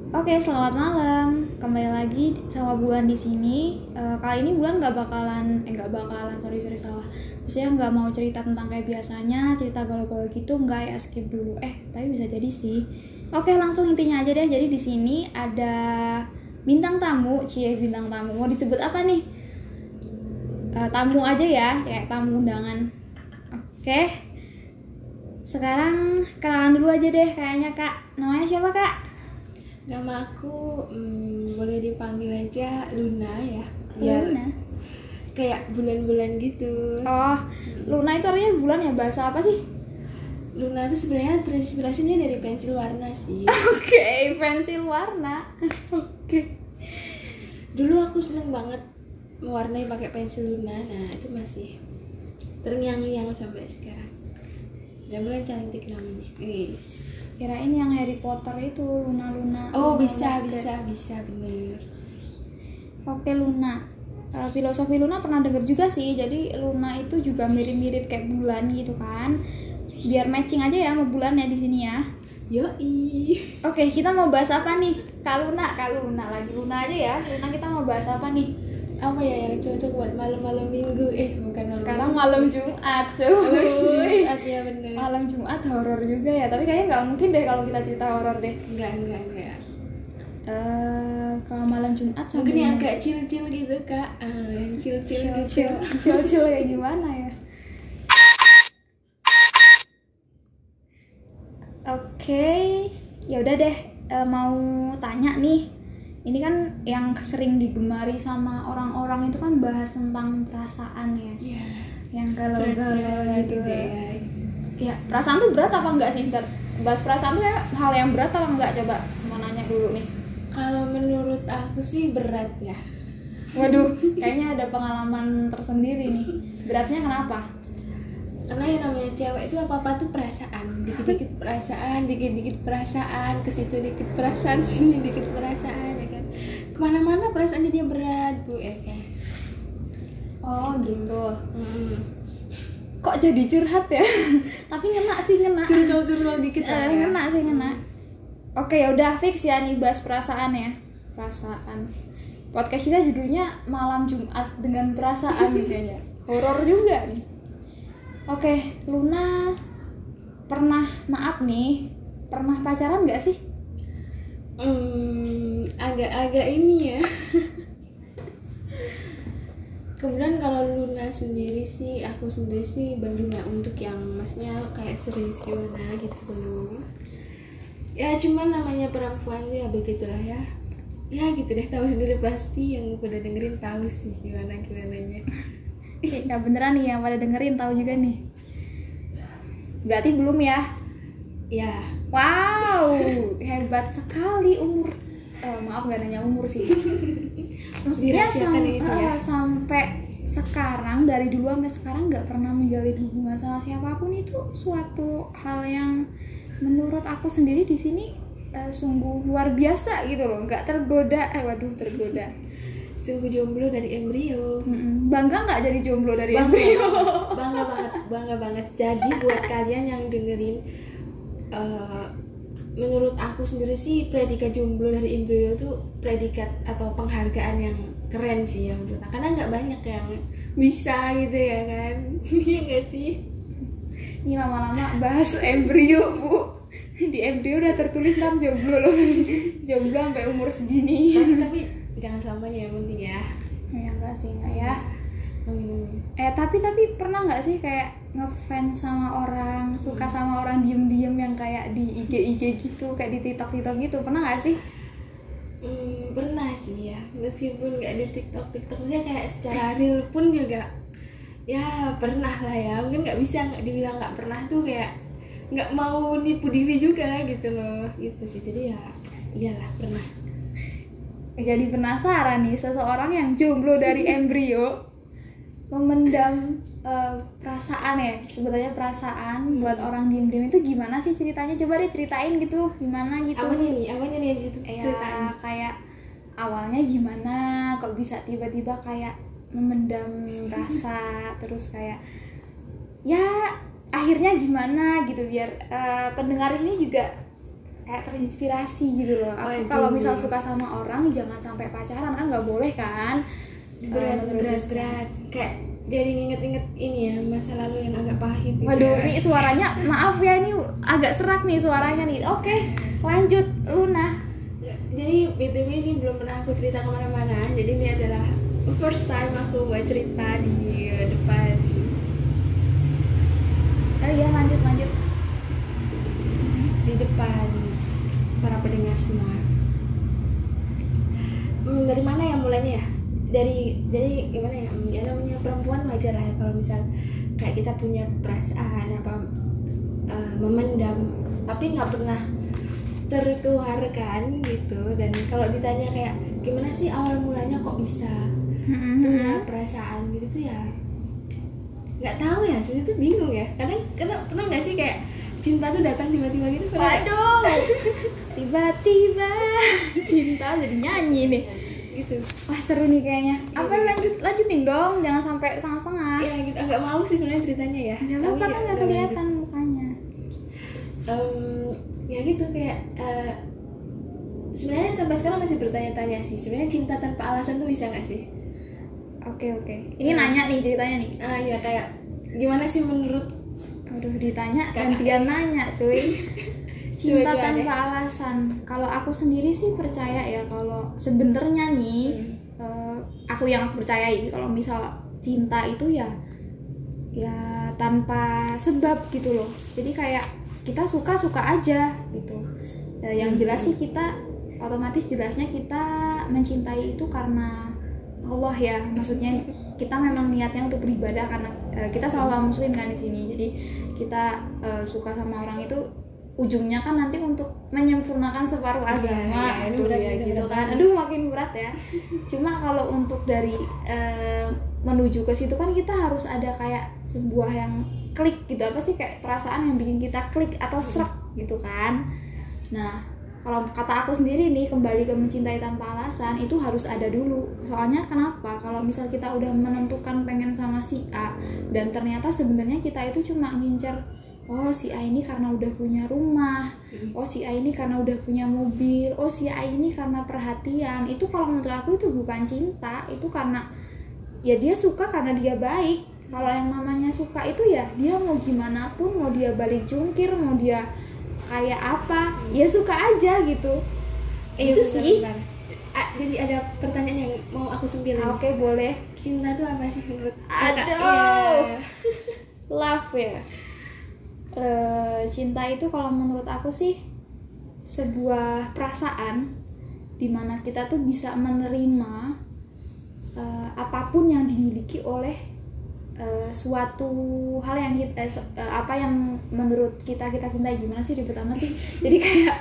Oke, selamat malam. Kembali lagi sama Bulan di sini. Kali ini Bulan sorry salah. Maksudnya nggak mau cerita tentang kayak biasanya, cerita galau-galau gitu, nggak ya, skip dulu. Tapi bisa jadi sih. Oke, langsung intinya aja deh. Jadi di sini ada bintang tamu, bintang tamu. Mau disebut apa nih? Tamu aja ya, kayak tamu undangan. Oke. Sekarang kenalan dulu aja deh kayaknya, Kak. Namanya siapa, Kak? Nama aku boleh dipanggil aja Luna ya. Luna. Kayak bulan-bulan gitu. Oh, Luna itu artinya bulan ya, bahasa apa sih? Luna itu sebenarnya terinspirasinya dari pensil warna sih. Oke, pensil warna. Oke. Dulu aku seneng banget mewarnai pakai pensil Luna. Nah, itu masih terngiang-ngiang sampai sekarang. Dan bulan cantik namanya. Kirain yang Harry Potter itu Luna. Oh, bisa bener. Oke, Luna. Filosofi Luna pernah denger juga sih. Jadi Luna itu juga mirip-mirip kayak bulan gitu kan. Biar matching aja ya sama bulannya di sini ya. Yoi. Oke, kita mau bahas apa nih? Kak Luna lagi Luna aja ya. Luna, kita mau bahas apa nih? Apa ya yang cocok buat malam-malam minggu? Bukan malam. Sekarang malam Jumat, cuy. Jumat ya bener. Malam Jumat horor juga ya. Tapi kayaknya nggak mungkin deh kalau kita cerita horor deh. Enggak. Kalau malam Jumat mungkin yang agak chill-chill gitu, Kak. Yang chill-chill gitu. Chill kayak gimana ya? Oke, ya udah deh. Mau tanya nih. Ini kan yang sering digemari sama orang-orang itu kan bahas tentang perasaan ya. Iya. Yang galau-galau gitu ya. Ya, perasaan tuh berat apa enggak sih? Bahas perasaan tuh ya hal yang berat apa enggak? Coba mau nanya dulu nih. Kalau menurut aku sih berat ya. Waduh, kayaknya ada pengalaman tersendiri nih. Beratnya kenapa? Karena yang namanya cewek itu apa-apa tuh perasaan. Dikit-dikit perasaan, ke situ dikit perasaan, sini dikit perasaan ya kan. Kemana-mana perasaan jadi berat, Bu. Oh, gitu. Kok jadi curhat ya? Tapi ngena. Curcol dikit ya. Ngena. Oke, ya udah fix ya nih bahas perasaan ya. Perasaan. Podcast kita judulnya Malam Jumat dengan Perasaan kayaknya. Horor juga nih. Oke, Luna pernah pacaran nggak sih? Agak-agak ini ya. Kemudian kalau Luna sendiri sih, aku sendiri sih belum ya, untuk yang maksudnya kayak serius gimana gitu belum. Ya cuman namanya perempuan tuh ya begitulah ya. Ya gitu deh, tahu sendiri pasti, yang udah dengerin tahu sih gimananya. Ya beneran nih yang pada dengerin tahu juga nih. Berarti belum ya? Ya. Wow, hebat sekali umur. Maaf gak nanya umur sih. Maksudnya sampai sekarang, dari dulu sampai sekarang nggak pernah menjalin hubungan sama siapapun, itu suatu hal yang menurut aku sendiri di sini sungguh luar biasa gitu loh. Nggak tergoda. Tergoda. Sungguh jomblo dari embrio. Bangga nggak jadi jomblo dari embrio? Bangga banget. Jadi buat kalian yang dengerin, menurut aku sendiri sih predikat jomblo dari embrio itu predikat atau penghargaan yang keren sih ya menurut aku. Karena nggak banyak yang bisa gitu ya kan. Iya nggak sih? Ini lama-lama bahas embrio, Bu. Di embrio udah tertulis kan jomblo loh. Jomblo sampai umur segini. Tapi jangan selamanya yang penting ya. Ya enggak sih, enggak ya. Tapi pernah nggak sih kayak ngefans sama orang, suka sama orang diem-diem yang kayak di IG gitu, kayak di TikTok gitu, pernah nggak sih? Pernah sih ya, meskipun nggak di TikTok maksudnya kayak secara real pun juga ya pernah lah ya. Mungkin nggak dibilang nggak pernah tuh, kayak nggak mau nipu diri juga gitu loh, gitu sih. Jadi ya iyalah pernah. Jadi penasaran nih, seseorang yang jomblo dari embrio memendam perasaan ya, sebetulnya perasaan buat orang diem-diem itu gimana sih ceritanya? Coba deh ceritain gitu, gimana gitu. Apanya nih ceritain? Kayak awalnya gimana, kok bisa tiba-tiba kayak memendam rasa, terus kayak ya akhirnya gimana gitu, biar pendengar ini juga kayak terinspirasi gitu loh. Aku kalau misal suka sama orang jangan sampai pacaran, kan nggak boleh kan. Berat kayak jadi nginget-inget ini ya masa lalu yang agak pahit gitu. Waduh, ini suaranya maaf ya, ini agak serak nih suaranya nih. Oke, lanjut Luna. Jadi BTW ini belum pernah aku cerita kemana-mana. Jadi ini adalah first time aku buat cerita di depan. Iya, lanjut di depan para pendengar semua. Dari mana yang mulainya ya? Jadi gimana ya? Ya namanya perempuan wajar lah ya kalau misal kayak kita punya perasaan apa memendam tapi nggak pernah terkeluarkan gitu. Dan kalau ditanya kayak gimana sih awal mulanya kok bisa punya perasaan gitu tuh ya nggak tahu ya, sebenarnya tuh bingung ya. Karena pernah nggak sih kayak cinta tuh datang tiba-tiba gitu? Waduh, tiba-tiba cinta jadi nyanyi nih gitu. Wah, seru nih kayaknya. Apa lanjutin dong, jangan sampai setengah-setengah. Ya gitu, agak malu sih sebenarnya ceritanya ya. Nggak apa-apa kan, nggak kelihatan mukanya. Ya gitu kayak sebenarnya sampai sekarang masih bertanya-tanya sih, sebenarnya cinta tanpa alasan tuh bisa nggak sih? Oke. Ini nanya nih ceritanya nih. Ya kayak gimana sih menurut? Aduh, ditanya gantian nanya cuy. Cinta tanpa alasan. Kalau aku sendiri sih percaya ya kalau sebenarnya nih aku yang percayai kalau misal cinta itu ya tanpa sebab gitu loh. Jadi kayak kita suka aja gitu. Yang jelas sih kita otomatis jelasnya kita mencintai itu karena Allah ya. Maksudnya kita memang niatnya untuk beribadah karena kita selalu muslim kan di sini. Jadi kita suka sama orang itu ujungnya kan nanti untuk menyempurnakan separuh agama. Gitu kan. Aduh, makin berat ya. Cuma kalau untuk dari menuju ke situ kan kita harus ada kayak sebuah yang klik gitu, apa sih, kayak perasaan yang bikin kita klik atau srek gitu kan. Nah, kalau kata aku sendiri nih, kembali ke mencintai tanpa alasan itu harus ada dulu. Soalnya kenapa? Kalau misal kita udah menentukan pengen sama si A dan ternyata sebenarnya kita itu cuma ngincer, oh si A ini karena udah punya rumah, oh si A ini karena udah punya mobil, oh si A ini karena perhatian. Itu kalau menurut aku itu bukan cinta, itu karena ya dia suka karena dia baik. Kalau yang namanya suka itu ya dia mau gimana pun, mau dia balik jungkir, mau dia kayak apa, ya suka aja gitu. Itu sih. Jadi ada pertanyaan yang mau aku sempilin. Oke, boleh. Cinta tuh apa sih menurut? Aduh. Love ya. Cinta itu kalau menurut aku sih sebuah perasaan dimana kita tuh bisa menerima apapun yang dimiliki oleh suatu hal yang kita apa yang menurut kita cintai. Gimana sih ribet amat sih. Jadi kayak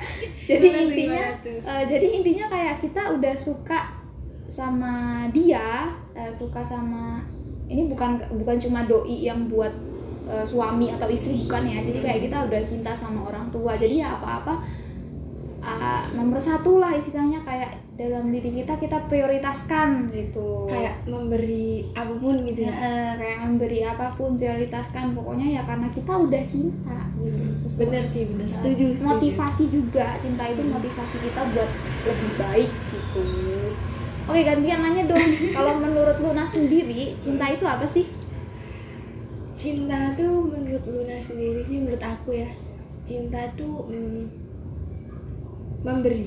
jadi intinya kayak kita udah suka sama dia, suka sama ini bukan cuma doi yang buat suami atau istri, bukan ya. Jadi kayak kita udah cinta sama orang tua. Jadi ya apa-apa nomor satu lah istilahnya, kayak dalam diri kita prioritaskan gitu. Kayak memberi apapun gitu ya. Kayak memberi apapun, prioritaskan pokoknya ya karena kita udah cinta gitu. Bener sih, bener. Setuju. Motivasi juga, cinta itu motivasi kita buat lebih baik gitu. Oke, gantian nanya dong. Kalau menurut Luna sendiri, cinta itu apa sih? Cinta tuh menurut Luna sendiri sih, menurut aku ya, cinta tuh memberi.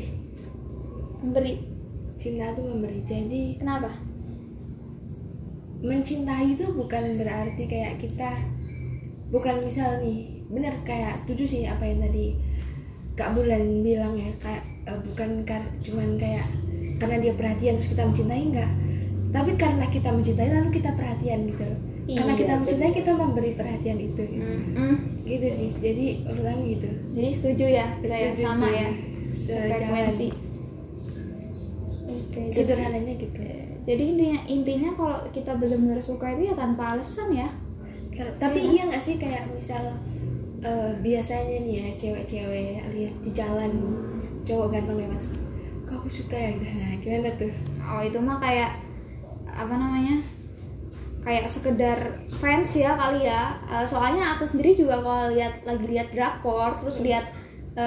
Cinta tuh memberi. Jadi kenapa? Mencintai itu bukan berarti kayak kita, bukan misal nih, bener kayak setuju sih apa yang tadi Kak Bulan bilang ya, kayak bukan cuman kayak karena dia perhatian terus kita mencintai, enggak. Tapi karena kita mencintai lalu kita perhatian gitu loh. Karena kita mencintai, kita memberi perhatian itu gitu. Gitu sih. Jadi ulang gitu. Jadi setuju ya, kita sama ya. Sefrekuensi. Oke, sederhananya gitu. Jadi intinya kalau kita benar-benar suka itu ya tanpa alasan ya. Tapi iya nggak sih kayak misal biasanya nih ya cewek-cewek lihat di jalan cowok ganteng lewat, kok aku suka ya gitu. Nah, gimana tuh? Oh, itu mah kayak apa namanya? Kayak sekedar fans ya kali ya. Soalnya aku sendiri juga kalau lagi lihat drakor terus lihat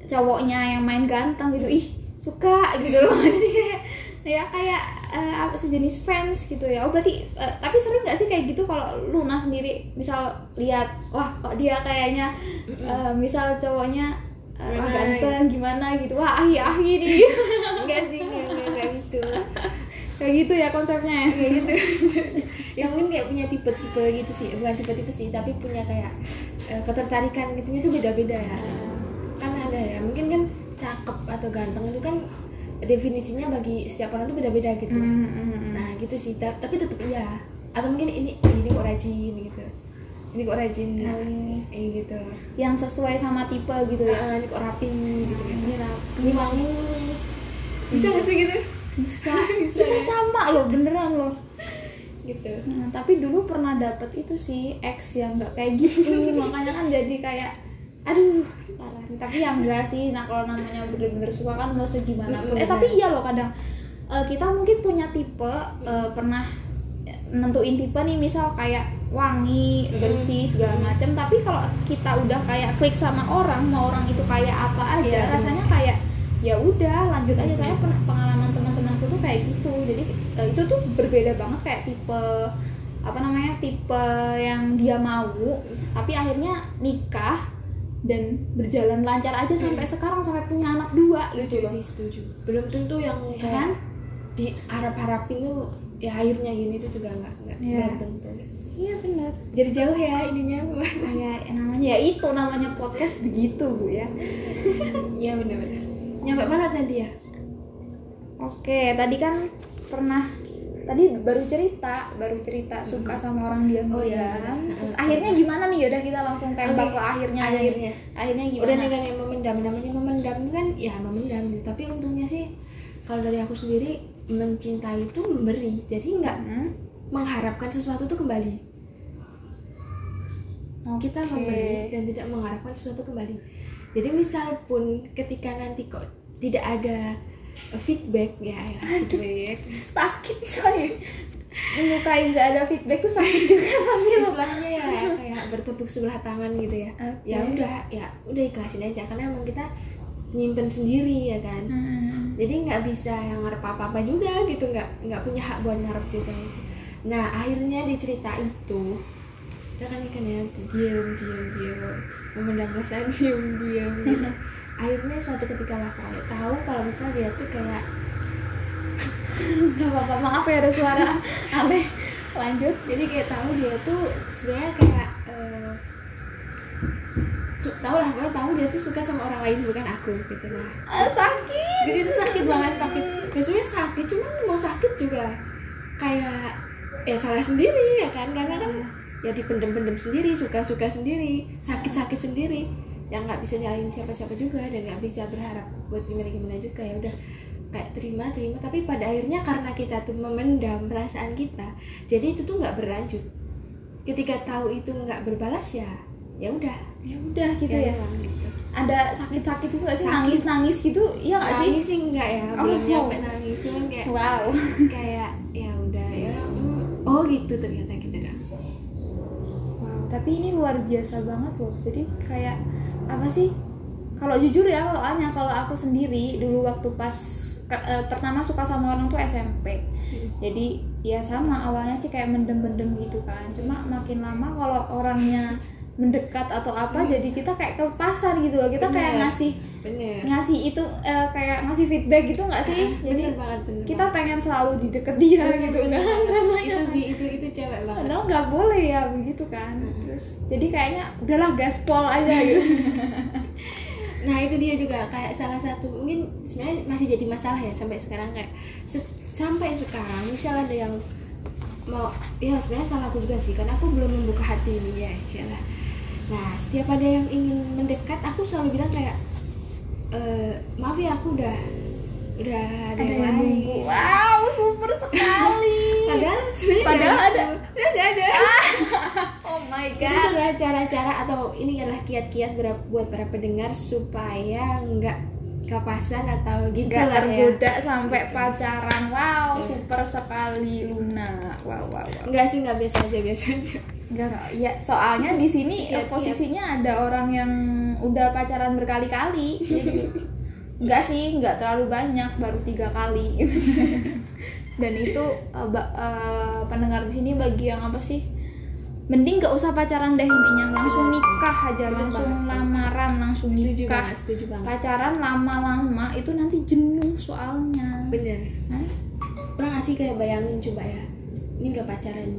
cowoknya yang main ganteng gitu, ih suka gitu loh. Jadi kayak apa sejenis fans gitu ya. Oh berarti tapi sering nggak sih kayak gitu kalau Luna sendiri misal lihat wah kok dia kayaknya misal cowoknya wah ganteng gimana gitu, wah ahi nih. Enggak sih, enggak gitu. Kayak gitu ya konsepnya. Kayak gitu. Ya mungkin kayak punya tipe-tipe gitu sih, bukan tipe-tipe sih, tapi punya kayak ketertarikan gitunya tuh beda-beda ya. Kan ada ya, mungkin kan cakep atau ganteng itu kan definisinya bagi setiap orang tuh beda-beda gitu. Nah gitu sih, tapi tetap iya. Atau mungkin ini kok rajin gitu, ini kok rajin, gitu. Yang sesuai sama tipe gitu ya. Ini kok rapi gitu ya. Ini rapi. Ini wangi. Bisa nggak sih gitu? Bisa. Kita sama loh, beneran loh. Gitu. Nah, tapi dulu pernah dapet itu sih ex yang nggak kayak gitu. Makanya kan jadi kayak aduh parah. Tapi yang enggak sih. Nah kalau namanya bener-bener suka kan nggak segimana pun. Tapi iya loh kadang kita mungkin punya tipe pernah nentuin tipe nih, misal kayak wangi, bersih segala macam. Tapi kalau kita udah kayak klik sama orang, mau orang itu kayak apa aja, rasanya kayak ya udah lanjut aja. Saya pengalaman teman-temanku tuh kayak gitu. Jadi itu tuh berbeda banget kayak tipe apa namanya, tipe yang dia mau tapi akhirnya nikah dan berjalan lancar aja sampai sekarang, sampai punya anak 2 gitu loh. Setuju. Belum tentu yang kayak diharap-harapin tuh ya akhirnya gini tuh juga enggak belum tentu. Iya benar. Jadi jauh ya ininya. Ya namanya podcast begitu Bu ya. Iya benar-benar. Nyampe mana tadi ya? Oke, tadi kan baru cerita suka sama orang diam-diam. Oh iya. Terus akhirnya gimana nih? Udah kita langsung tembak ke akhirnya. Akhirnya gimana? Udah nih kan yang memendam, namanya memendam kan ya memendam. Tapi untungnya sih kalau dari aku sendiri mencintai itu memberi. Jadi nggak mengharapkan sesuatu itu kembali. Kita memberi dan tidak mengharapkan sesuatu kembali. Jadi misal pun ketika nanti kok tidak ada feedback feedback sakit coy, menyukai nggak ada feedback tuh sakit juga. Tapi istilahnya ya kayak bertepuk sebelah tangan gitu ya. Ya udah ikhlasin aja karena emang kita nyimpen sendiri ya kan. Jadi nggak bisa yang ngarep apa juga gitu, nggak punya hak buat ngarep juga gitu. Nah akhirnya di cerita itu udah kan ya diam memendam perasaan diam gitu. Akhirnya suatu ketika lah pokoknya tahu kalau misal dia tuh kayak nggak apa-apa, maaf ya ada suara aneh, lanjut. Jadi kayak tahu dia tuh sebenarnya kayak tahu dia tuh suka sama orang lain bukan aku gitu lah. Sakit. Jadi itu sakit banget, sakit. Ya sebenarnya sakit, cuman mau sakit juga kayak ya salah sendiri ya kan, karena kan ya dipendem sendiri, suka sendiri, sakit sendiri. Yang nggak bisa nyalahin siapa-siapa juga dan nggak bisa berharap buat gimana juga. Ya udah kayak terima tapi pada akhirnya karena kita tuh memendam perasaan kita, jadi itu tuh nggak berlanjut. Ketika tahu itu nggak berbalas ya udah gitu ya. Gitu. Ada sakit juga sih, nangis gitu ya nggak sih? Nangis sih enggak ya, belum nyampe nangis, cuman kayak wow. Kayak ya udah ya oh gitu ternyata gitu dah. Wow, tapi ini luar biasa banget loh. Jadi kayak apa sih, kalau jujur ya, soalnya kalau aku sendiri dulu waktu pas pertama suka sama orang tuh SMP. Jadi ya sama, awalnya sih kayak mendem gitu kan, cuma makin lama kalau orangnya mendekat atau apa, jadi kita kayak kelepasan gitu loh. Kita kayak ngasih itu kayak ngasih feedback gitu nggak sih? Jadi bener kita pengen selalu di deket dia gitu kan rasanya. Itu cewek banget. Padahal nggak boleh ya begitu kan. Terus jadi kayaknya udahlah gaspol aja gitu. Nah itu dia juga kayak salah satu mungkin sebenarnya masih jadi masalah ya sampai sekarang, kayak sampai sekarang misal ada yang mau, ya sebenarnya salah aku juga sih karena aku belum membuka hati ini ya iyalah. Nah setiap ada yang ingin mendekat aku selalu bilang kayak maaf ya aku udah ada yang lain. Wow, super sekali. Padahal ada. Oh my god. Itu adalah cara-cara atau ini adalah kiat-kiat buat para pendengar supaya nggak kapasan atau gitu nggak lah tergoda ya. Sampai pacaran. Wow, super sekali Luna. Wow. Enggak sih, nggak biasa aja. Enggak. Ya, soalnya di sini posisinya ada orang yang udah pacaran berkali-kali. Jadi nggak terlalu banyak, baru 3 kali. Dan itu pendengar di sini bagi yang apa sih, mending nggak usah pacaran deh, intinya langsung nikah aja, langsung lamaran, langsung nikah. Setuju banget. Pacaran lama-lama itu nanti jenuh soalnya. Bener. Pernah nggak sih kayak bayangin coba ya, ini udah pacaran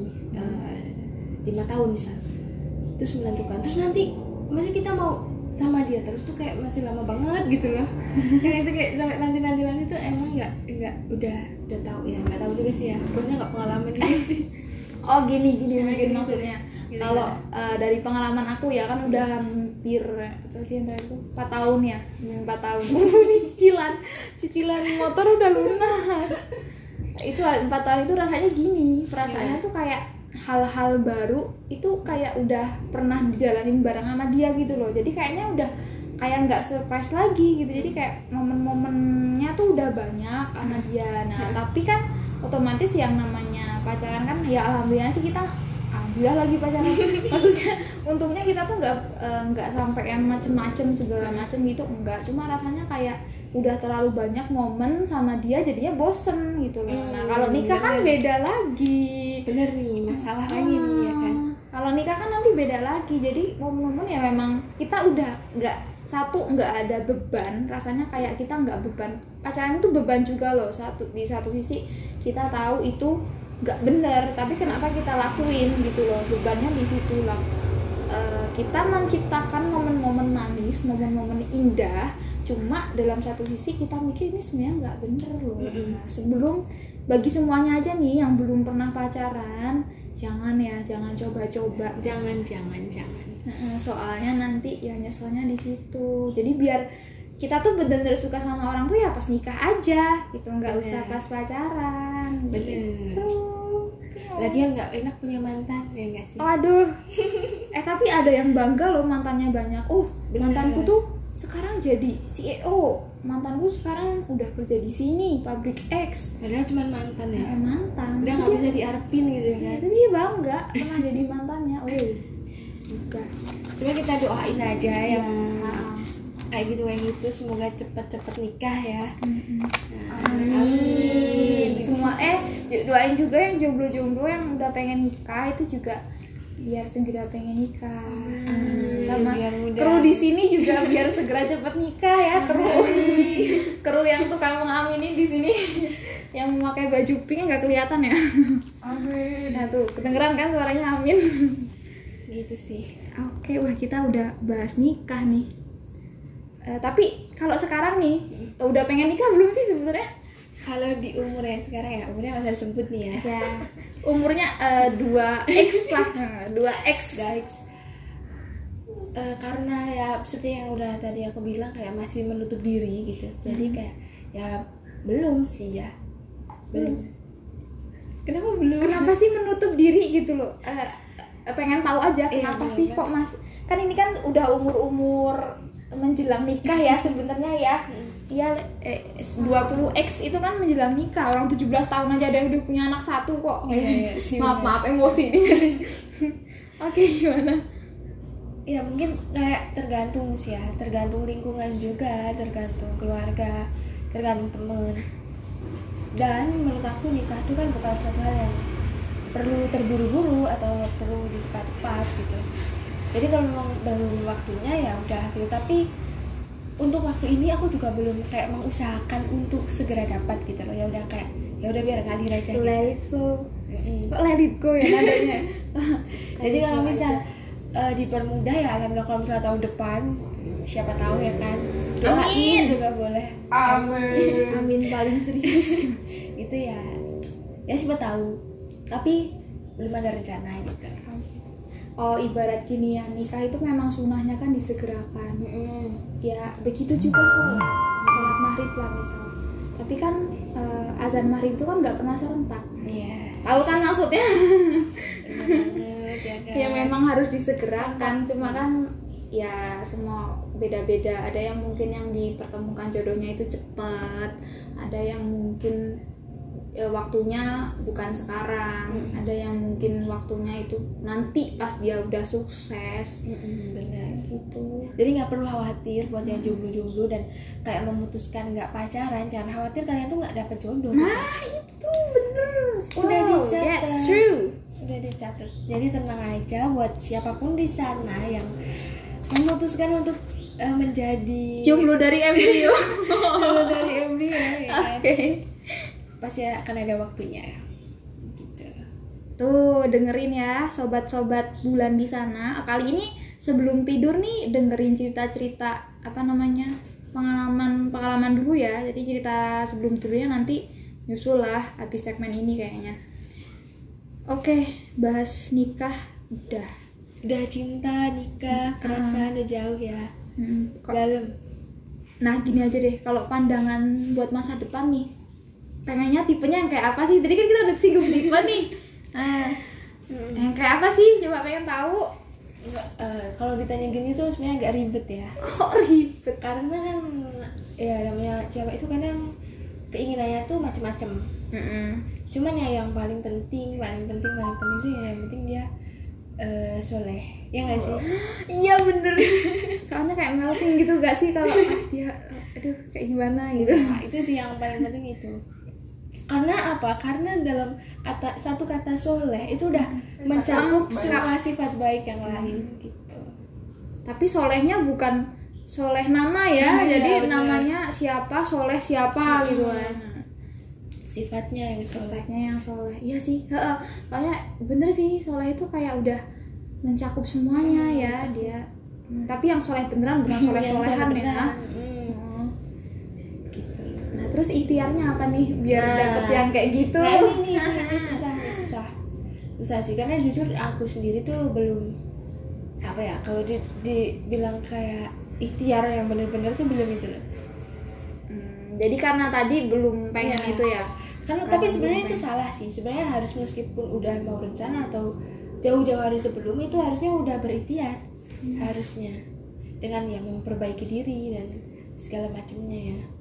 5 tahun misal, terus menentukan, terus nanti masih kita mau sama dia terus tuh kayak masih lama banget gitu loh. Yang itu kayak sampai nanti tuh emang nggak udah tahu ya, nggak tahu juga sih ya, pokoknya nggak pengalaman juga sih. Oh gini mungkin maksudnya. Kalau dari pengalaman aku ya kan udah hampir terus yang terakhir itu 4 tahun ya, 4 tahun. Ini cicilan motor udah lunas. Itu 4 tahun itu rasanya gini, perasaannya tuh kayak hal-hal baru itu kayak udah pernah dijalanin bareng sama dia gitu loh. Jadi kayaknya udah kayak nggak surprise lagi gitu. Jadi kayak momen-momennya tuh udah banyak sama dia. Nah tapi kan otomatis yang namanya pacaran kan ya alhamdulillah sih kita alhamdulillah lagi pacaran. Maksudnya untungnya kita tuh nggak sampai yang macem-macem segala macem gitu, enggak. Cuma rasanya kayak udah terlalu banyak momen sama dia jadinya bosen gitu loh. Nah kalau nikah kan beda lagi. Bener nih, masalah lagi nih ya kan. Kalau nikah kan nanti beda lagi. Jadi momen-momen ya memang kita udah nggak ada beban. Rasanya kayak kita nggak beban. Pacaran itu beban juga loh. Di satu sisi kita tahu itu nggak bener, tapi kenapa kita lakuin gitu loh. Bebannya di situ lah. Kita menciptakan momen-momen manis, momen-momen indah. Cuma dalam satu sisi kita mikir ini sebenarnya nggak bener loh. Nah, sebelum bagi semuanya aja nih yang belum pernah pacaran, jangan coba-coba. Jangan. Soalnya nanti ya nyeselnya di situ. Jadi biar kita tuh benar-benar suka sama orang tuh ya pas nikah aja gitu, nggak usah pas pacaran. Gitu. Lagian nggak enak punya mantan ya nggak sih? Waduh. Tapi ada yang bangga loh mantannya banyak. Mantanku tuh sekarang jadi CEO, mantanku sekarang udah kerja di sini pabrik X. Padahal cuma mantan ya. Mantan. Udah nggak bisa diarepin gitu ya kan? Tapi dia bangga pernah jadi mantannya. Enggak. Cuma kita doain aja ya. Kayak gitu semoga cepet nikah ya. Amin. Semua doain juga yang jomblo yang udah pengen nikah itu juga biar segera pengen nikah. Sama kru di sini juga biar segera cepet nikah ya, kru yang tukang mengaminin di sini yang memakai baju pink nggak kelihatan ya. Amin. Nah tuh kedengeran kan suaranya amin. Gitu sih. Oke, wah kita udah bahas nikah nih. Tapi kalau sekarang nih udah pengen nikah belum sih sebenarnya? Kalau di umur yang sekarang ya, umurnya nggak usah disebut nih ya. Umurnya 2x lah, 2x. Karena ya seperti yang udah tadi aku bilang kayak masih menutup diri gitu. Jadi kayak ya belum sih ya. Belum. Kenapa belum? Kenapa sih menutup diri gitu loh? Pengen tahu aja kenapa sih kok Mas? Kan ini kan udah umur menjelang nikah ya sebenarnya ya. Ya 20x itu kan menjelang nikah. Orang 17 tahun aja ada udah punya anak 1 kok. Maaf emosi nih. Oke, gimana? Ya mungkin kayak tergantung sih ya, tergantung lingkungan juga, tergantung keluarga, tergantung temen. Dan menurut aku nikah itu kan bukan satu hal yang perlu terburu-buru atau perlu dicepat-cepat gitu. Jadi kalau memang belum waktunya ya udah gitu. Tapi untuk waktu ini aku juga belum kayak mengusahakan untuk segera dapat gitu loh. Ya udah kayak ya udah biar ngalir aja. Let it flow. Kok let it go ya nadanya. Jadi kalau misal dipermudah ya alhamdulillah, kalau misalnya tahun depan siapa tahu ya kan. Doain juga boleh. Amin paling serius. Itu ya siapa tahu. Tapi belum ada rencana gitu. Oh ibarat gini ya, nikah itu memang sunahnya kan disegerakan. Ya begitu juga sholat maghrib lah misal. Tapi kan azan maghrib itu kan nggak pernah serentak. Tahu kan maksudnya? Ya memang harus disegerakan. Cuma kan ya semua beda-beda. Ada yang mungkin yang dipertemukan jodohnya itu cepat, ada yang mungkin waktunya bukan sekarang, ada yang mungkin waktunya itu nanti pas dia udah sukses. Benar. gitu. Jadi nggak perlu khawatir buat yang jomblo-jomblo dan kayak memutuskan nggak pacaran, jangan khawatir kalian tuh nggak dapet jodoh. Nah itu bener. Udah dicatat. That's true. Udah dicatat. Jadi tenang aja buat siapapun di sana yang memutuskan untuk menjadi Jomblo dari embrio. jomblo dari embrio ya kan? Oke. Pasti akan ada waktunya. Gitu. Tuh dengerin ya sobat-sobat bulan di sana. Kali ini sebelum tidur nih dengerin cerita-cerita apa namanya pengalaman dulu ya. Jadi cerita sebelum tidurnya nanti nyusul lah habis segmen ini kayaknya. Oke, bahas nikah Udah cinta, nikah, perasaan udah jauh ya. Dalam. Nah gini aja deh, kalau pandangan buat masa depan nih, pengennya tipenya yang kayak apa sih? Tadi kan kita udah singgung tipe nih. Yang kayak apa sih? Coba pengen tahu. Kalau ditanya gini tuh sebenarnya agak ribet ya. Kok ribet? Karena kan ya namanya cewek itu kadang keinginannya tuh macem-macem. Cuman ya yang paling penting tuh ya yang penting dia soleh. Ya nggak sih? Iya bener. Soalnya kayak melting gitu gak sih kalau dia aduh kayak gimana gitu. Nah, itu sih yang paling penting itu. Karena apa? Karena dalam satu kata soleh itu udah mencakup semua sifat baik yang lain gitu. Tapi solehnya bukan soleh nama ya. Jadi bener. namanya siapa, soleh siapa gitu kan. Sifatnya yang soleh. Sifatnya yang soleh. Iya sih. Soalnya bener sih soleh itu kayak udah mencakup semuanya ya dia. Tapi yang soleh beneran bukan soleh-solehan ya. Gitu. Nah terus ikhtiarnya apa nih biar dapet yang kayak gitu? Nah ini susah sih karena jujur aku sendiri tuh belum apa ya kalau dibilang kayak ikhtiar yang bener-bener tuh belum itu loh. Jadi karena tadi belum pengen itu ya. Karena tapi sebenarnya itu salah sih. Sebenarnya harus meskipun udah mau rencana atau jauh-jauh hari sebelum itu harusnya udah berikhtiar. Harusnya dengan ya memperbaiki diri dan segala macamnya ya.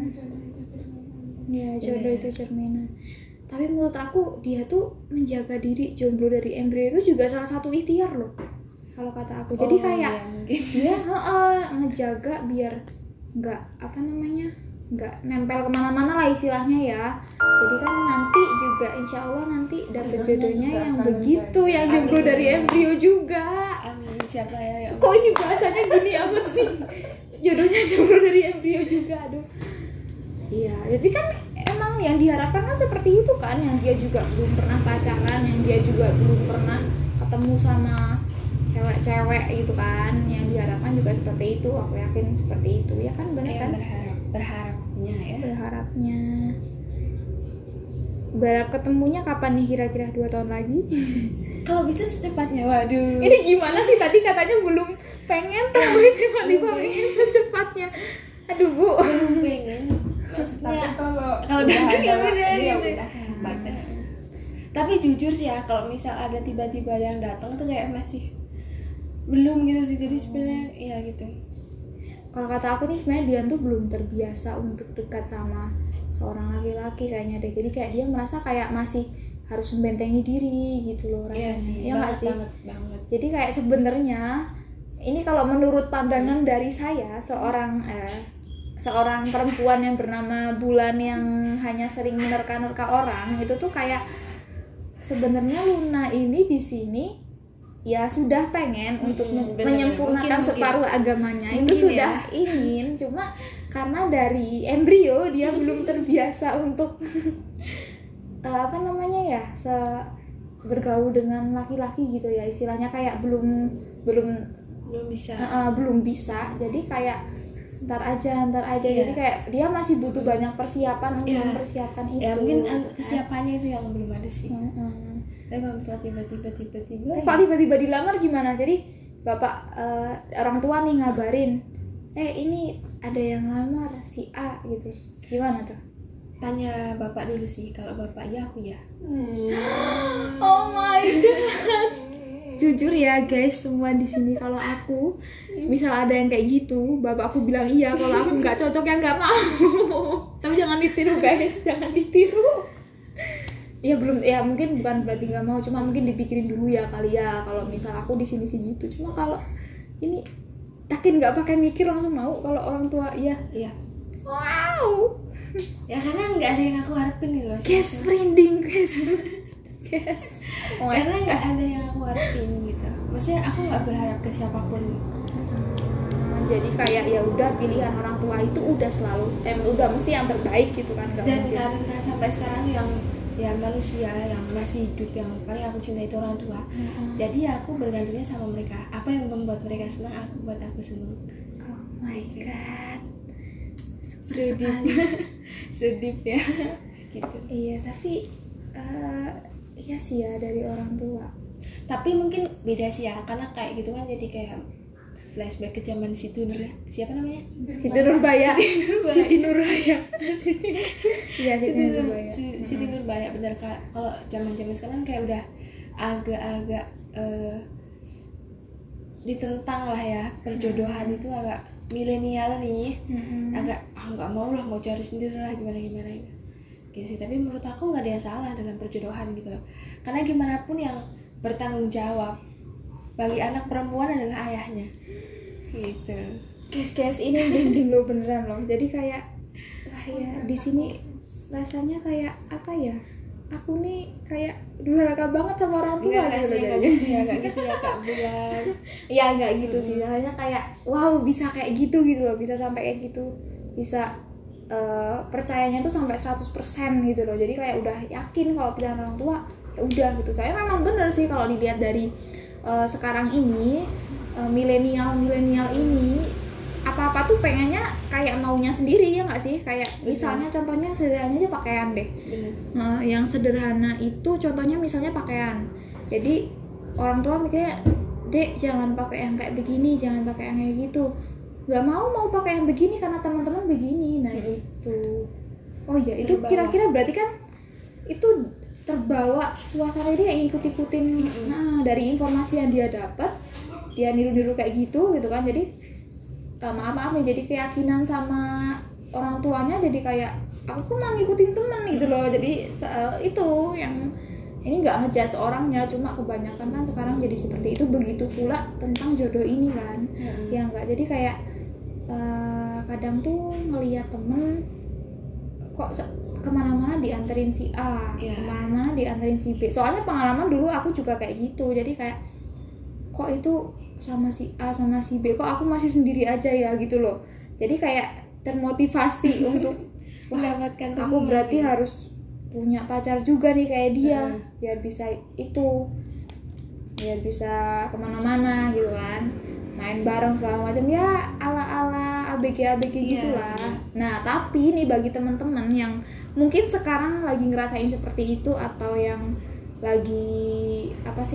Ya jodoh itu cerminan. Tapi menurut aku dia tuh menjaga diri jomblo dari embrio itu juga salah satu ikhtiar loh. Kalau kata aku. Jadi kayak dia ngejaga biar nggak apa namanya nggak nempel kemana-mana lah istilahnya ya. Jadi kan nanti juga insya Allah nanti dapet jodohnya yang begitu yang jomblo dari embrio juga. Amin siapa ya. Kok ini bahasanya gini amat sih? Jodohnya jomblo dari embrio juga, aduh. Iya, jadi kan emang yang diharapkan kan seperti itu kan, yang dia juga belum pernah pacaran, yang dia juga belum pernah ketemu sama cewek-cewek gitu kan, yang diharapkan juga seperti itu. Aku yakin seperti itu ya kan, benar kan? Berharapnya ya. Berharapnya. Berharap ketemunya kapan nih kira-kira 2 tahun lagi? Kalau bisa secepatnya, waduh. Ini gimana sih tadi katanya belum pengen tapi tiba-tiba pengen secepatnya. Aduh Bu. Belum pengen. Maksudnya kalau udah gitu. Tapi jujur sih ya kalau misal ada tiba-tiba yang datang tuh kayak masih belum gitu sih. Jadi sebenarnya ya gitu. Kalau kata aku nih sebenarnya dia tuh belum terbiasa untuk dekat sama seorang laki-laki kayaknya deh. Jadi kayak dia merasa kayak masih harus membentengi diri gitu loh rasanya. Iya sih, ya nggak sih? Banget. Jadi kayak sebenarnya ini kalau menurut pandangan dari saya seorang perempuan yang bernama Bulan yang hanya sering menerka-nerka orang itu tuh kayak sebenarnya Luna ini di sini ya sudah pengen untuk menyempurnakan separuh agamanya. Mungkin itu sudah ya. Ingin cuma karena dari embrio dia belum terbiasa untuk apa namanya ya bergaul dengan laki-laki gitu ya istilahnya kayak belum bisa jadi kayak ntar aja yeah. Jadi kayak dia masih butuh banyak persiapan untuk mempersiapkan itu ya mungkin kesiapannya itu yang belum ada sih. Tapi kalau misalnya tiba-tiba dilamar gimana? Jadi bapak orang tua nih ngabarin ini ada yang lamar si A gitu, gimana tuh? Tanya bapak dulu sih, kalau bapak ya aku ya. Oh my god. Jujur ya guys, semua di sini kalau aku misal ada yang kayak gitu, bapakku bilang iya, kalau aku nggak cocok ya nggak mau. Tapi jangan ditiru guys, jangan ditiru. Ya belum, ya mungkin bukan berarti nggak mau, cuma mungkin dipikirin dulu ya kali ya. Kalau misal aku di sini sih gitu, cuma kalau ini yakin nggak pakai mikir langsung mau kalau orang tua iya. Wow. Ya karena nggak ada yang aku harapin nih loh. Guys, merinding guys. Yes. Karena nggak ada yang aku harapin gitu. Maksudnya aku nggak berharap ke siapapun. Jadi kayak ya udah pilihan orang tua itu udah selalu udah mesti yang terbaik gitu kan. Dan mungkin. Karena sampai sekarang yang ya manusia yang masih hidup yang paling aku cintai itu orang tua. Jadi aku bergantungnya sama mereka. Apa yang membuat mereka senang, aku buat aku senang. Oh my god. Sedih ya. Gitu. Iya, tapi iya sih ya dari orang tua. Tapi mungkin beda sih ya, karena kayak gitu kan jadi kayak flashback ke zaman siapa namanya? Siti Nurbaya. Iya, Siti Nurbaya benar Kak. Kalau zaman-zaman sekarang kayak udah agak-agak ditentang lah ya, perjodohan itu agak milenial nih. Agak nggak mau lah, mau cari sendiri lah gimana gitu. Gitu sih, tapi menurut aku nggak ada yang salah dalam perjodohan gitu loh. Karena gimana pun yang bertanggung jawab bagi anak perempuan adalah ayahnya. Gitu. Guys, ini merinding loh beneran loh. Jadi kayak wah ya di sini rasanya kayak apa ya? Aku nih kayak durhaka banget sama orang tua gitu ya Kak Bulan. Iya nggak gitu sih, rasanya kayak wow bisa kayak gitu loh, bisa sampai kayak gitu, bisa percayanya tuh sampai 100% gitu loh. Jadi kayak udah yakin kalau pilihan orang tua ya udah gitu. Saya memang bener sih kalau dilihat dari sekarang ini milenial ini apa-apa tuh pengennya kayak maunya sendiri ya nggak sih? Kayak misalnya contohnya sederhana aja pakaian deh. Yang sederhana itu contohnya misalnya pakaian. Jadi orang tua mikirnya, "Dek, jangan pakai yang kayak begini, jangan pakai yang kayak gitu." Nggak mau pakai yang begini karena teman-teman begini. Nah itu. Oh iya, itu kira-kira berarti kan itu terbawa suasana dia yang ikut-ikutin dari informasi yang dia dapat, dia niru-niru kayak gitu kan. Jadi maaf nih, jadi keyakinan sama orang tuanya jadi kayak aku mau ngikutin temen gitu loh. Jadi itu yang ini nggak ngejudge orangnya, cuma kebanyakan kan sekarang jadi seperti itu. Begitu pula tentang jodoh ini kan. Ya nggak, jadi kayak kadang tuh ngelihat temen kok kemana-mana dianterin si A, kemana-mana dianterin si B. Soalnya pengalaman dulu aku juga kayak gitu. Jadi kayak kok itu sama si A sama si B, kok aku masih sendiri aja ya gitu loh. Jadi kayak termotivasi untuk mendapatkan aku berarti harus punya pacar juga nih kayak dia, biar bisa bisa kemana-mana gitu kan, main bareng segala macam ya, ala-ala ABG gitulah. Nah tapi nih bagi teman-teman yang mungkin sekarang lagi ngerasain seperti itu, atau yang lagi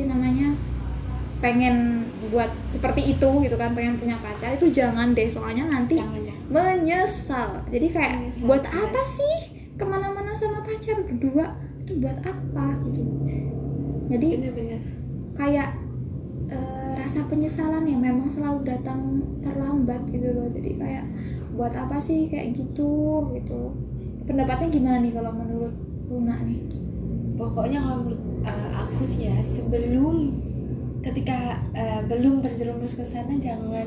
pengen buat seperti itu gitu kan, pengen punya pacar, itu jangan deh, soalnya nanti menyesal. Jadi kayak buat apa sih kemana-mana sama pacar berdua, itu buat apa gitu. Jadi bener-bener kayak rasa penyesalan yang memang selalu datang terlambat gitu loh. Jadi kayak buat apa sih kayak gitu. Pendapatnya gimana nih kalau menurut Luna nih? Pokoknya kalau menurut aku sih ya, ketika belum terjerumus ke sana jangan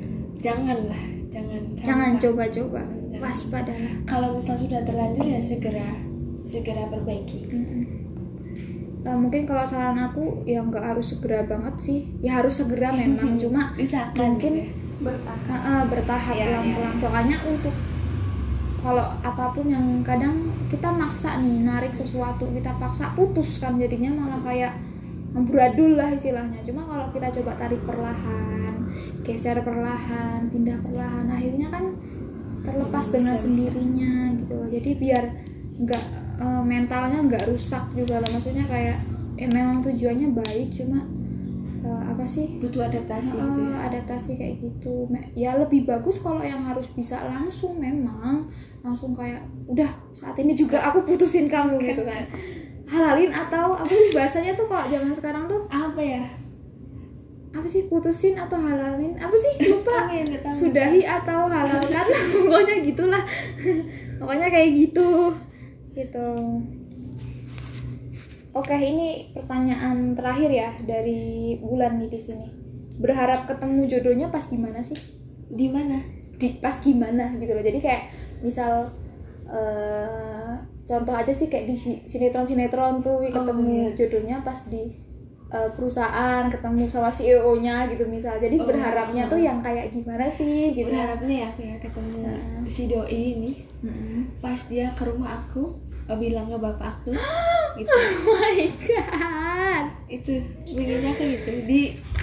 coba-coba, waspadalah. Kalau misalnya sudah terlanjur ya segera perbaiki. Mungkin kalau saran aku ya nggak harus segera banget sih, ya harus segera memang cuma usahakan mungkin bertahap pelan-pelan. Soalnya untuk kalau apapun yang kadang kita maksa nih narik sesuatu, kita paksa putus kan, jadinya malah kayak amburadul lah istilahnya. Cuma kalau kita coba tarik perlahan, geser perlahan, pindah perlahan, akhirnya kan terlepas dengan sendirinya gitu loh. Jadi biar nggak mentalnya nggak rusak juga lah. Maksudnya kayak memang tujuannya baik, cuma butuh adaptasi gitu ya. Adaptasi kayak gitu. Ya lebih bagus kalau yang harus bisa langsung, memang langsung kayak udah saat ini juga aku putusin kamu gitu kan. Halalin atau apa sih bahasanya tuh kalau zaman sekarang tuh apa sih, putusin atau halalin, apa sih lupa. Sudahi atau halalkan pokoknya gitulah. Pokoknya kayak gitu. Oke, ini pertanyaan terakhir ya dari Bulan nih di sini. Berharap ketemu jodohnya pas gimana sih? Di mana? pas gimana gitu loh. Jadi kayak misal contoh aja sih kayak di sinetron tuh ketemu jodohnya pas di perusahaan, ketemu sama CEO-nya gitu misal. Jadi berharapnya tuh yang kayak gimana sih gitu. Berharapnya ya aku ya ketemu si doi ini. Pas dia ke rumah aku, bilang ke bapak aku gitu. Oh my god. Itu pengennya kayak gitu di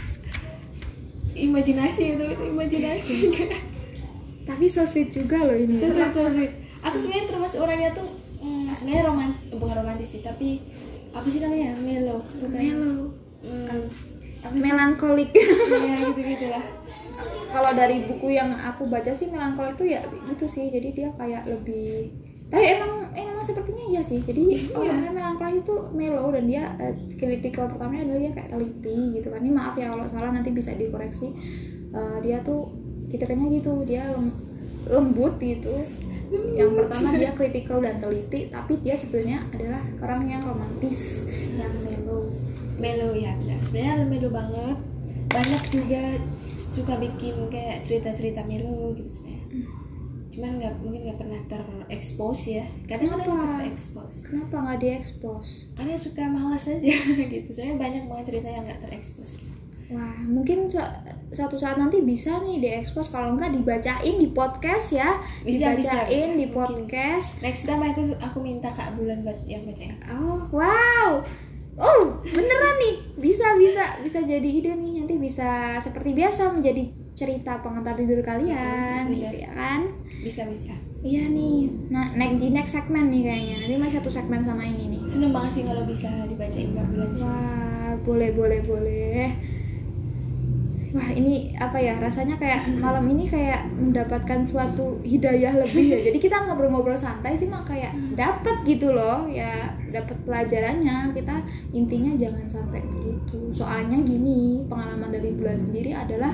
imajinasi itu imajinasi. Tapi so sweet juga loh ini. So sweet. Aku sebenarnya termasuk orangnya tuh sebenarnya bukan romantis sih, tapi apa sih namanya, melo, bukan Melo. Apa sih? Melankolik. Ya gitu lah. Kalau dari buku yang aku baca sih melankolik tuh ya gitu sih. Jadi dia kayak lebih, tapi emang sepertinya iya sih. Jadi orangnya melankolik itu melo, dan dia kritikal pertamanya adalah dia kayak teliti gitu kan. Ini maaf ya kalau salah, nanti bisa dikoreksi. Dia tuh kriteria gitu, dia lembut gitu. Yang pertama dia kritikal dan teliti, tapi dia sebenarnya adalah orang yang romantis, yang melo Ya benar, sebenarnya melo banget. Banyak juga suka bikin kayak cerita-cerita melo gitu sebenarnya. Cuman mungkin nggak pernah terekspos ya. Kadang-kadang nggak terekspos. Kenapa nggak diekspos? Karena suka malas aja gitu. Soalnya banyak banget cerita yang nggak terekspos. Wah, mungkin suatu saat nanti bisa nih diekspos, kalau enggak dibacain di podcast ya. Bisa. Di podcast. Mungkin. Next time aku minta Kak Bulan buat yang bacain. Oh, wow. Oh, beneran nih. Bisa jadi ide nih. Nanti bisa seperti biasa menjadi cerita pengantar tidur kalian, gitu ya kan? Bisa. Iya nih. Nah, di next segmen nih kayaknya. Nanti masih satu segmen sama ini nih. Seneng banget sih kalau bisa dibacain Kak Bulan sih. Wah, boleh. Wah, ini apa ya, rasanya kayak malam ini kayak mendapatkan suatu hidayah lebih ya. Jadi kita ngobrol-ngobrol santai cuma kayak dapat gitu loh ya, dapat pelajarannya. Kita intinya jangan sampai begitu. Soalnya gini, pengalaman dari Bulan sendiri adalah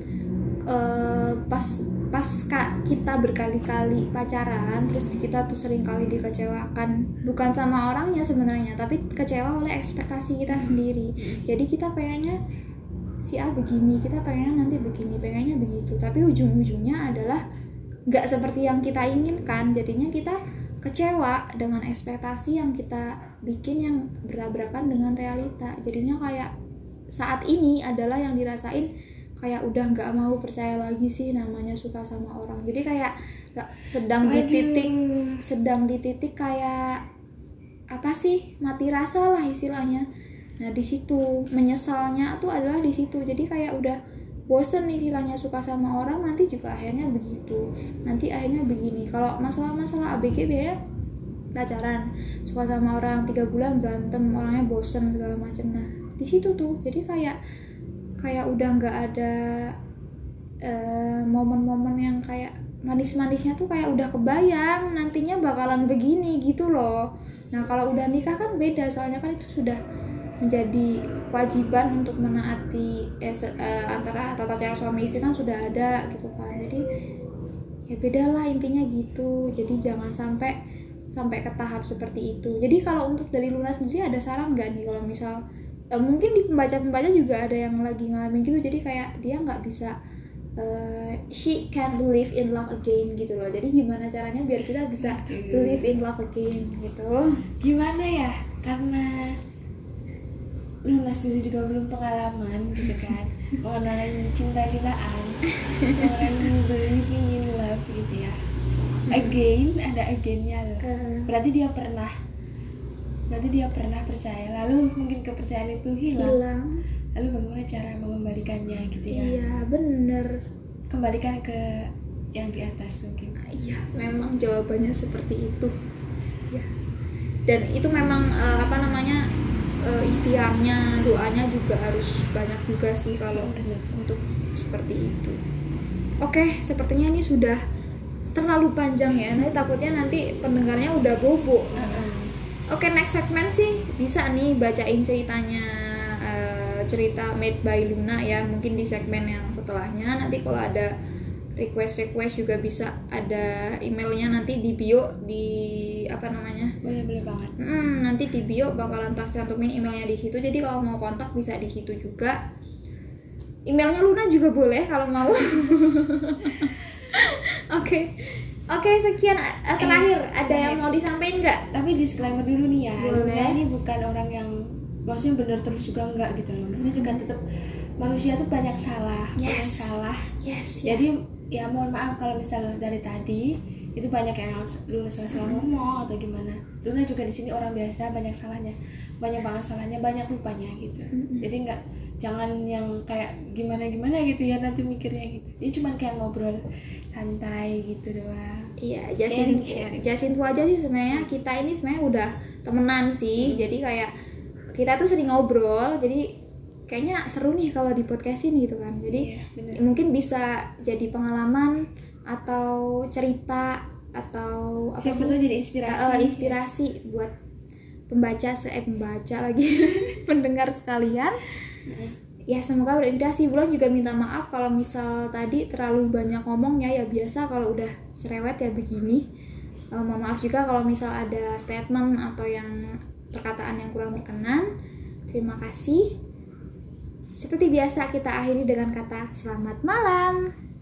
pas kita berkali-kali pacaran, terus kita tuh sering kali dikecewakan, bukan sama orangnya sebenarnya, tapi kecewa oleh ekspektasi kita sendiri. Jadi kita pengennya si A begini, kita pengennya nanti begini, pengennya begitu, tapi ujung-ujungnya adalah nggak seperti yang kita inginkan. Jadinya kita kecewa dengan ekspektasi yang kita bikin yang bertabrakan dengan realita. Jadinya kayak saat ini adalah yang dirasain kayak udah nggak mau percaya lagi sih namanya suka sama orang. Jadi kayak sedang di titik kayak apa sih, mati rasa lah istilahnya. Nah di situ menyesalnya tuh adalah di situ. Jadi kayak udah bosen istilahnya suka sama orang, nanti juga akhirnya begitu, nanti akhirnya begini. Kalau masalah ABG biasanya pacaran suka sama orang 3 bulan berantem, orangnya bosen segala macam. Nah di situ tuh jadi kayak udah nggak ada momen-momen yang kayak manis-manisnya tuh, kayak udah kebayang nantinya bakalan begini gitu loh. Nah kalau udah nikah kan beda, soalnya kan itu sudah menjadi kewajiban untuk menaati antara tata cara suami istri kan sudah ada gitu kan. Jadi ya beda lah intinya gitu. Jadi jangan sampai ke tahap seperti itu. Jadi kalau untuk dari Luna sendiri ada saran nggak nih, kalau misal mungkin di pembaca juga ada yang lagi ngalamin gitu, jadi kayak dia nggak bisa she can't believe in love again gitu loh. Jadi gimana caranya biar kita bisa believe in love again gitu? Gimana ya, karena Luna sendiri juga belum pengalaman gitu kan mengenai cinta-cintaan, mengenai believing in love gitu ya. Again, ada againnya loh. Berarti dia pernah percaya, lalu mungkin kepercayaan itu hilang. Lalu bagaimana cara mengembalikannya gitu ya? Iya bener, kembalikan ke yang di atas mungkin. Iya memang jawabannya seperti itu ya. Dan itu memang ikhtiarnya, doanya juga harus banyak juga sih kalau untuk seperti itu. Oke, sepertinya ini sudah terlalu panjang ya. Takutnya nanti pendengarnya udah bobo. Oke, next segmen sih bisa nih bacain ceritanya, cerita Made by Luna ya. Mungkin di segmen yang setelahnya. Nanti kalau ada request juga bisa ada emailnya nanti di bio, di boleh banget. Nanti di bio bakalan tak cantumin emailnya di situ. Jadi kalau mau kontak bisa di situ juga. emailnya Luna juga boleh kalau mau. Oke, sekian. Terakhir ada yang mau disampaikan nggak? Tapi disclaimer dulu nih ya, Boleh. Luna ini bukan orang yang maksudnya bener terus juga enggak gitu loh. Maksudnya juga tetap manusia tuh banyak salah, banyak salah. Yes. Jadi ya mohon maaf kalau misalnya dari tadi itu banyak yang Luna salah ngomong atau gimana. Luna juga di sini orang biasa, banyak salahnya, banyak banget salahnya, banyak lupanya gitu. Jadi jangan yang kayak gimana gitu ya nanti mikirnya gitu. Ini cuman kayak ngobrol santai gitu doang. Iya, Sharing. Jasin tuh aja sih sebenarnya. Kita ini sebenarnya udah temenan sih. Jadi kayak kita tuh sering ngobrol. Jadi kayaknya seru nih kalau di podcastin gitu kan. Jadi mungkin bisa jadi pengalaman atau cerita atau apa siapa sih? tuh jadi inspirasi buat pembaca lagi pendengar sekalian. Ya semoga berinspirasi. Bulan juga minta maaf kalau misal tadi terlalu banyak ngomongnya, ya biasa kalau udah cerewet ya begini. Mohon maaf juga kalau misal ada statement atau yang perkataan yang kurang berkenan. Terima kasih. Seperti biasa kita akhiri dengan kata selamat malam.